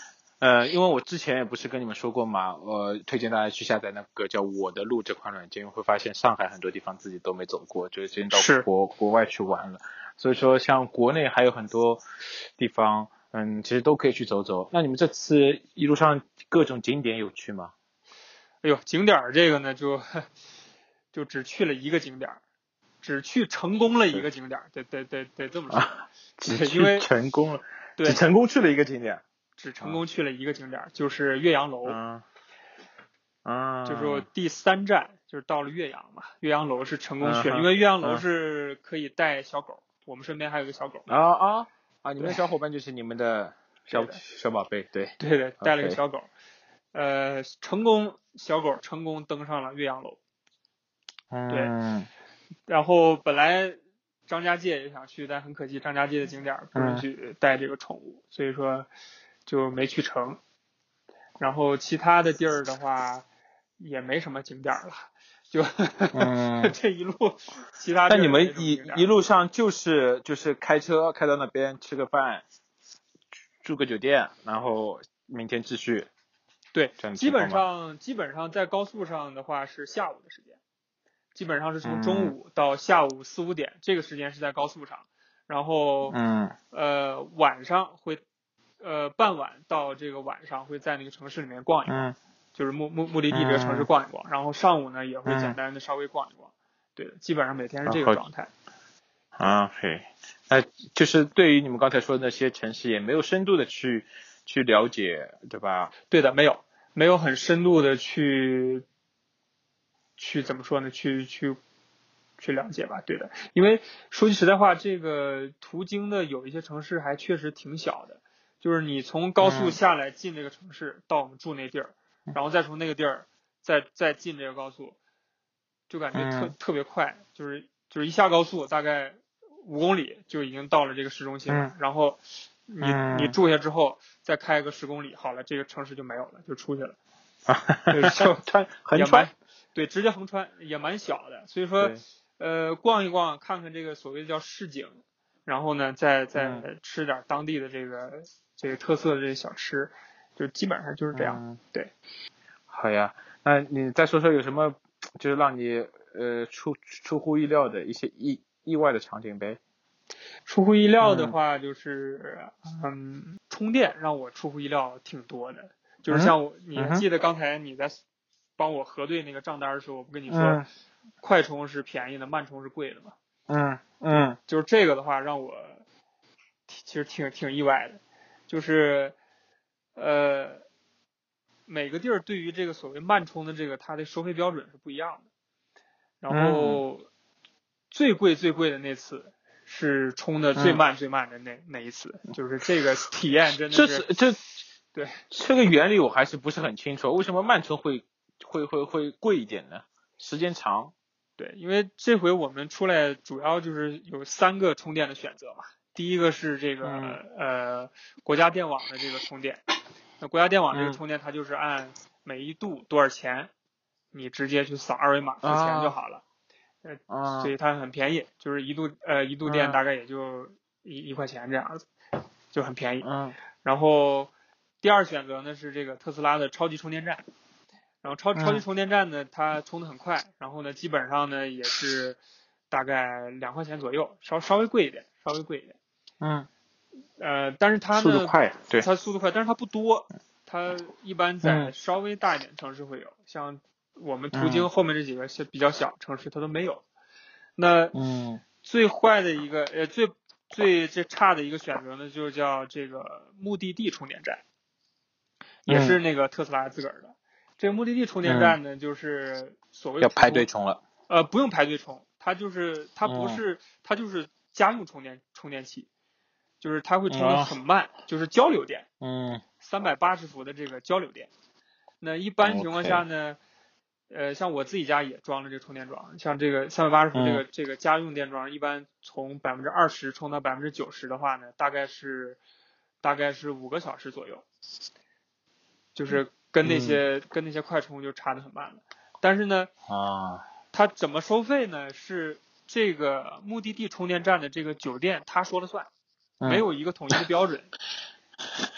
[SPEAKER 2] 呃，因为我之前也不是跟你们说过嘛，呃，推荐大家去下载那个叫我的路这款软件，会发现上海很多地方自己都没走过，就是先到国国外去玩了。所以说，像国内还有很多地方，嗯，其实都可以去走走。那你们这次一路上各种景点有去吗？
[SPEAKER 1] 哎呦，景点这个呢，就就只去了一个景点，只去成功了一个景点，得得得得这么说，
[SPEAKER 2] 啊、只去成功了，
[SPEAKER 1] 对，
[SPEAKER 2] 只成功去了一个景点。
[SPEAKER 1] 只成功去了一个景点，就是岳阳楼。
[SPEAKER 2] 嗯，啊，
[SPEAKER 1] 就是第三站，就是到了岳阳嘛。岳阳楼是成功去了，因为岳阳楼是可以带小狗，我们身边还有个小狗。
[SPEAKER 2] 啊啊啊！你们的小伙伴就是你们的小小宝贝，对
[SPEAKER 1] 对的，带了个小狗。呃，成功小狗成功登上了岳阳楼。对。
[SPEAKER 2] 嗯。
[SPEAKER 1] 然后本来张家界也想去，但很可惜张家界的景点不允许带这个宠物，所以说就没去成。然后其他的地儿的话也没什么景点了，就、嗯、这一路其他地儿。
[SPEAKER 2] 但你们一一路上就是就是开车开到那边吃个饭，住个酒店，然后明天继续。
[SPEAKER 1] 对，基本上基本上在高速上的话是下午的时间，基本上是从中午到下午四五点、嗯、这个时间是在高速上，然后
[SPEAKER 2] 嗯
[SPEAKER 1] 呃晚上会呃傍晚到这个晚上会在那个城市里面逛一逛，
[SPEAKER 2] 嗯、
[SPEAKER 1] 就是目目目的地这个城市逛一逛、嗯，然后上午呢也会简单的稍微逛一逛，嗯、对的，基本上每天是这个状态。
[SPEAKER 2] 啊 ，OK， 那就是对于你们刚才说的那些城市也没有深度的去去了解，对吧？
[SPEAKER 1] 对的，没有没有很深度的去去怎么说呢？去去去了解吧，对的。因为说句实在话，这个途经的有一些城市还确实挺小的，就是你从高速下来进这个城市、嗯、到我们住那地儿，然后再从那个地儿再再进这个高速，就感觉特、嗯、特别快，就是就是一下高速大概五公里就已经到了这个市中心了，
[SPEAKER 2] 嗯、
[SPEAKER 1] 然后你、嗯、你住下之后再开个十公里，好了，这个城市就没有了，就出去了。
[SPEAKER 2] 就穿横穿，
[SPEAKER 1] 对，直接横穿也蛮小的，所以说呃逛一逛，看看这个所谓的叫市井，然后呢再再吃点当地的这个、嗯、这个特色的这些小吃，就基本上就是这样、嗯、对。
[SPEAKER 2] 好呀，那你再说说有什么就是让你呃出出乎意料的一些意意外的场景呗？
[SPEAKER 1] 出乎意料的话就是嗯, 嗯充电让我出乎意料挺多的，就是像我、嗯、你还记得刚才你在帮我核对那个账单的时候，我不跟你说、嗯、快充是便宜的，慢充是贵的吗？
[SPEAKER 2] 嗯嗯，
[SPEAKER 1] 就是这个的话让我其实挺挺意外的，就是呃每个地儿对于这个所谓慢充的这个它的收费标准是不一样的，然后最贵最贵的那次是充的最慢最慢的那、嗯、那一次，就是这个体验真的是
[SPEAKER 2] 这这
[SPEAKER 1] 对
[SPEAKER 2] 这个原理我还是不是很清楚，为什么慢充会会会会贵一点呢？时间长。
[SPEAKER 1] 对，因为这回我们出来主要就是有三个充电的选择嘛。第一个是这个、嗯、呃国家电网的这个充电，那国家电网这个充电它就是按每一度多少钱，你直接去扫二维码付钱就好了。呃、啊，所以它很便宜，就是一度呃一度电大概也就一、嗯、一块钱这样子，就很便宜。
[SPEAKER 2] 嗯。
[SPEAKER 1] 然后第二选择呢是这个特斯拉的超级充电站。然后超超级充电站呢、嗯，它充的很快，然后呢，基本上呢也是大概两块钱左右，稍稍微贵一点，稍微贵一点。
[SPEAKER 2] 嗯。
[SPEAKER 1] 呃，但是它呢，
[SPEAKER 2] 速度快，对，
[SPEAKER 1] 它速度快，但是它不多，它一般在稍微大一点的城市会有，嗯、像我们途经后面这几个比较小城市它都没有。那
[SPEAKER 2] 嗯，
[SPEAKER 1] 最坏的一个呃最最最差的一个选择呢，就是叫这个目的地充电站，也是那个特斯拉自个儿的。这个目的地充电站呢、嗯，就是所谓
[SPEAKER 2] 要排队充了。
[SPEAKER 1] 呃，不用排队充，它就是它不是、嗯、它就是家用充电充电器，就是它会充的很慢、嗯，就是交流电。
[SPEAKER 2] 嗯。
[SPEAKER 1] 三百八十伏的这个交流电。那一般情况下呢， okay. 呃，像我自己家也装了这个充电桩，像这个三百八十伏这个、嗯、这个家用电桩，一般从百分之二十充到百分之九十的话呢，大概是大概是五个小时左右，就是。跟那些、嗯、跟那些快充就差得很慢了，但是呢，
[SPEAKER 2] 啊，
[SPEAKER 1] 它怎么收费呢？是这个目的地充电站的这个酒店他说了算，
[SPEAKER 2] 嗯、
[SPEAKER 1] 没有一个统一的标准。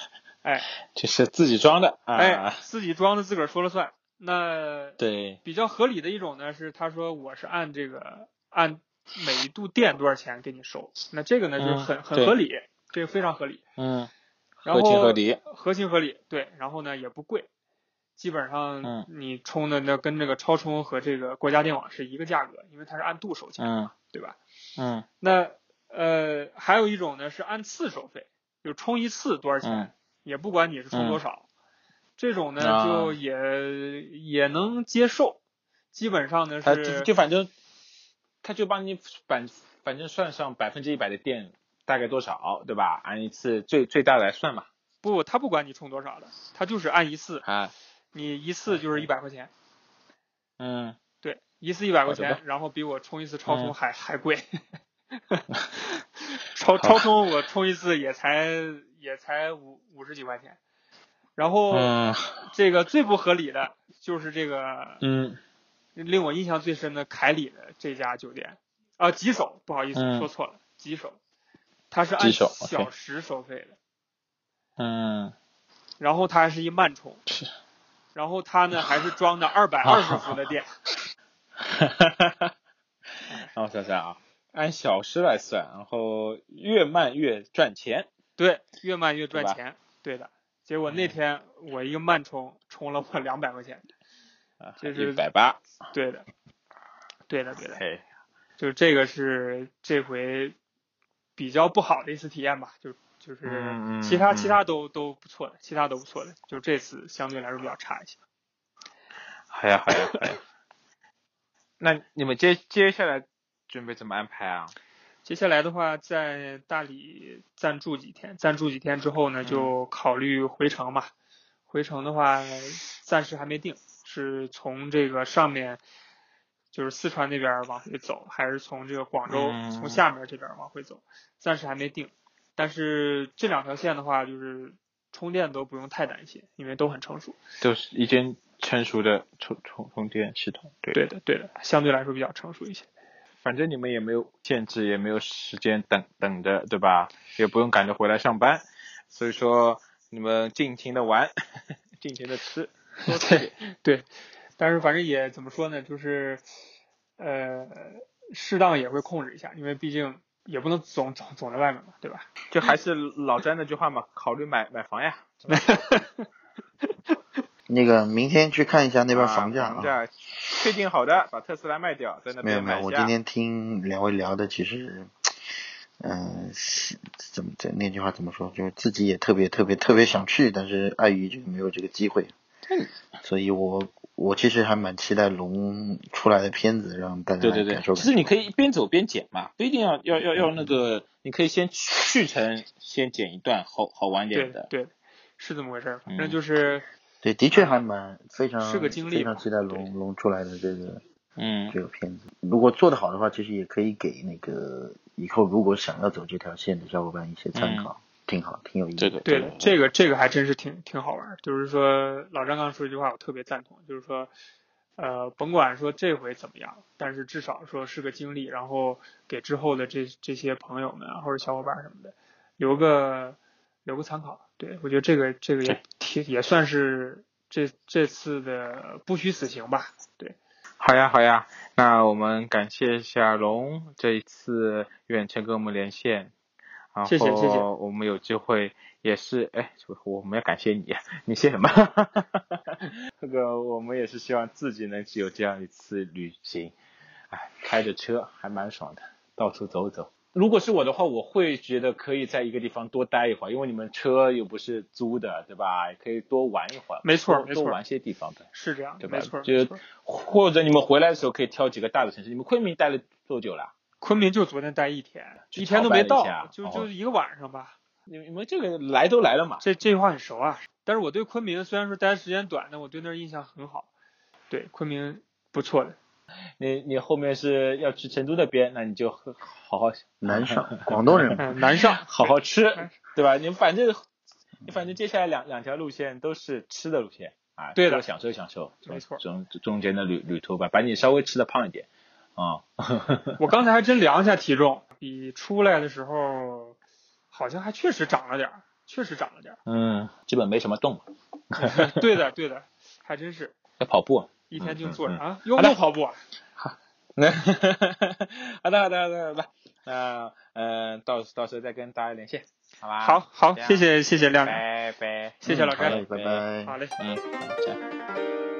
[SPEAKER 1] 哎，
[SPEAKER 2] 这是自己装的啊，
[SPEAKER 1] 哎，自己装的自个儿说了算。那
[SPEAKER 2] 对，
[SPEAKER 1] 比较合理的一种呢是，他说我是按这个按每一度电多少钱给你收，那这个呢就是很、
[SPEAKER 2] 嗯、
[SPEAKER 1] 很合理，这个非常合理。
[SPEAKER 2] 嗯，
[SPEAKER 1] 合
[SPEAKER 2] 情合理，
[SPEAKER 1] 合情合理，对，然后呢也不贵，基本上你充的那跟这个超充和这个国家电网是一个价格，因为它是按度收钱的嘛，
[SPEAKER 2] 嗯、
[SPEAKER 1] 对吧？
[SPEAKER 2] 嗯，
[SPEAKER 1] 那呃还有一种呢是按次收费，就充一次多少钱，
[SPEAKER 2] 嗯、
[SPEAKER 1] 也不管你是充多少。
[SPEAKER 2] 嗯
[SPEAKER 1] 这种呢、
[SPEAKER 2] 啊、
[SPEAKER 1] 就也也能接受，基本上呢是
[SPEAKER 2] 就反正他就帮你反反正算上百分之一百的电大概多少，对吧？按一次最最大来算嘛。
[SPEAKER 1] 不，他不管你充多少的，他就是按一次
[SPEAKER 2] 啊，
[SPEAKER 1] 你一次就是一百块钱。
[SPEAKER 2] 嗯，
[SPEAKER 1] 对，一次一百块钱，然后比我充一次超充还、嗯、还贵。超超充我充一次也才也才五五十几块钱。然后、嗯、这个最不合理的就是这个，
[SPEAKER 2] 嗯，
[SPEAKER 1] 令我印象最深的凯里的这家酒店啊，吉首，不好意思、
[SPEAKER 2] 嗯、
[SPEAKER 1] 说错了，吉首，它是按小时收费的，
[SPEAKER 2] 嗯，
[SPEAKER 1] 然后它还是一慢充，然后它呢还是装的二百二十伏的电，
[SPEAKER 2] 哈哈哈哈，让我想想啊，按小时来算，然后越慢越赚钱，
[SPEAKER 1] 对，越慢越赚钱，对的。结果那天我一个慢充充了我两百块钱，就是
[SPEAKER 2] 一百八，
[SPEAKER 1] 对的，对的，对的，就这个是这回比较不好的一次体验吧，就就是其他、嗯、其他都都不错的，其他都不错的，就这次相对来说比较差一些。
[SPEAKER 2] 好呀，好呀，好呀。那你们接接下来准备怎么安排啊？
[SPEAKER 1] 接下来的话，在大理暂住几天，暂住几天之后呢，就考虑回程嘛。嗯、回程的话，暂时还没定，是从这个上面，就是四川那边往回走，还是从这个广州、嗯、从下面这边往回走，暂时还没定。但是这两条线的话，就是充电都不用太担心，因为都很成熟，
[SPEAKER 2] 都是已经成熟的充充充电系统。对，
[SPEAKER 1] 对的，对的，相对来说比较成熟一些。
[SPEAKER 2] 反正你们也没有限制，也没有时间等等的，对吧？也不用赶着回来上班，所以说你们尽情的玩，尽情的吃，
[SPEAKER 1] 对对。但是反正也怎么说呢，就是呃，适当也会控制一下，因为毕竟也不能总总总在外面嘛，对吧？
[SPEAKER 2] 就还是老詹那句话嘛，考虑买买房呀。
[SPEAKER 3] 那个明天去看一下那边房价啊，
[SPEAKER 2] 房价确定好的，把特斯拉卖掉，在那边买
[SPEAKER 3] 没有没有，我今天听两位聊的，其实，嗯、呃，怎么这那句话怎么说？就是自己也特别特别特别想去，但是碍于这个没有这个机会，
[SPEAKER 2] 嗯，
[SPEAKER 3] 所以我我其实还蛮期待龙出来的片子，让大家
[SPEAKER 2] 对对对，
[SPEAKER 3] 感受感受。
[SPEAKER 2] 其实你可以边走边剪嘛，不一定要要要要那个，你可以先去程先剪一段，好好玩点的。
[SPEAKER 1] 对对，是这么回事，反正就是。嗯
[SPEAKER 3] 对，的确还蛮非常
[SPEAKER 1] 是个经历，
[SPEAKER 3] 非常期待龙龙出来的这个
[SPEAKER 2] 嗯
[SPEAKER 3] 这个片子。如果做得好的话，其实也可以给那个以后如果想要走这条线的小伙伴一些参考，嗯、挺好，挺有意思
[SPEAKER 2] 的。
[SPEAKER 1] 对的，这个这个还真是挺挺好玩。就是说，老张刚说一句话，我特别赞同，就是说，呃，甭管说这回怎么样，但是至少说是个经历，然后给之后的这这些朋友们或者小伙伴什么的留个留个参考。对，我觉得这个这个也挺也算是这这次的不虚此行吧。对，
[SPEAKER 2] 好呀好呀，那我们感谢一下龙这一次远程跟我们连线，然后
[SPEAKER 1] 谢谢谢谢，
[SPEAKER 2] 我们有机会也是哎，我们要感谢你，你谢什么？这个我们也是希望自己能有这样一次旅行，哎，开着车还蛮爽的，到处走走。如果是我的话，我会觉得可以在一个地方多待一会儿，因为你们车又不是租的，对吧？可以多玩一会儿，
[SPEAKER 1] 没错，没错，
[SPEAKER 2] 多玩些地方的，
[SPEAKER 1] 是这样，
[SPEAKER 2] 对吧？
[SPEAKER 1] 没错，
[SPEAKER 2] 就或者你们回来的时候可以挑几个大的城市。你们昆明待了多久了？
[SPEAKER 1] 昆明就昨天待一天，一天都没到，就就一个晚上吧。
[SPEAKER 2] 你你们这个来都来了嘛？
[SPEAKER 1] 这这句话很熟啊。但是我对昆明虽然说待时间短，但我对那儿印象很好。对，昆明不错的。
[SPEAKER 2] 你你后面是要去成都那边，那你就好好
[SPEAKER 3] 南上，广东人
[SPEAKER 1] 嗯，南上
[SPEAKER 2] 好好吃，对吧？你反正你反正接下来两两条路线都是吃的路线啊，
[SPEAKER 1] 对的，
[SPEAKER 2] 享受享受，
[SPEAKER 1] 没错，
[SPEAKER 2] 中中间的旅旅途吧，把你稍微吃的胖一点啊。
[SPEAKER 1] 我刚才还真量一下体重，比出来的时候好像还确实长了点儿， 确实长了点。
[SPEAKER 2] 嗯，基本没什么动。
[SPEAKER 1] 对的对的，还真是。
[SPEAKER 2] 要跑步。
[SPEAKER 1] 一天就坐着、嗯嗯、啊，又又跑步啊。
[SPEAKER 2] 好，那好的好的好的好的，那呃到到时候再跟大家联系，好吧？
[SPEAKER 1] 好好，谢谢谢谢亮亮，
[SPEAKER 2] 拜拜，
[SPEAKER 1] 谢谢老詹，
[SPEAKER 3] 拜拜，
[SPEAKER 1] 好嘞，
[SPEAKER 2] 嗯，好，再见。